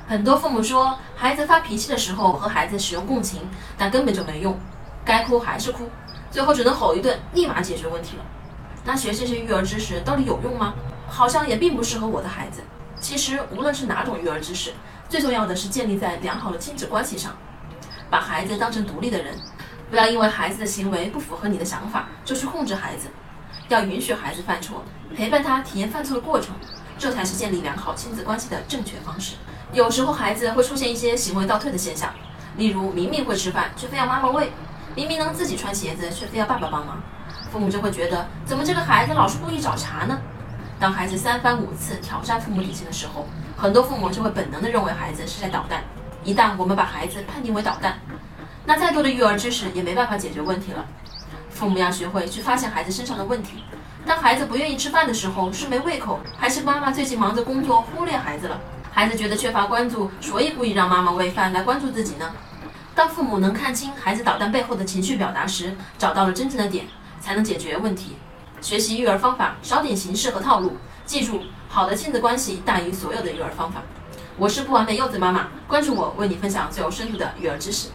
很多父母说，孩子发脾气的时候和孩子使用共情，但根本就没用，该哭还是哭，最后只能吼一顿，立马解决问题了。那学这些育儿知识到底有用吗？好像也并不适合我的孩子。其实无论是哪种育儿知识，最重要的是建立在良好的亲子关系上，把孩子当成独立的人，不要因为孩子的行为不符合你的想法就去控制孩子，要允许孩子犯错，陪伴他体验犯错的过程，这才是建立良好亲子关系的正确方式。有时候孩子会出现一些行为倒退的现象，例如明明会吃饭却非要妈妈喂，明明能自己穿鞋子却非要爸爸帮忙，父母就会觉得怎么这个孩子老是故意找茬呢？当孩子3番5次挑战父母底线的时候，很多父母就会本能地认为孩子是在捣蛋。一旦我们把孩子判定为捣蛋，那再多的育儿知识也没办法解决问题了。父母要学会去发现孩子身上的问题。当孩子不愿意吃饭的时候，是没胃口，还是妈妈最近忙着工作忽略孩子了？孩子觉得缺乏关注，所以故意让妈妈喂饭来关注自己呢？当父母能看清孩子捣蛋背后的情绪表达时，找到了真正的点，才能解决问题。学习育儿方法，少点形式和套路，记住，好的亲子关系大于所有的育儿方法。我是不完美柚子妈妈，关注我，为你分享最有深度的育儿知识。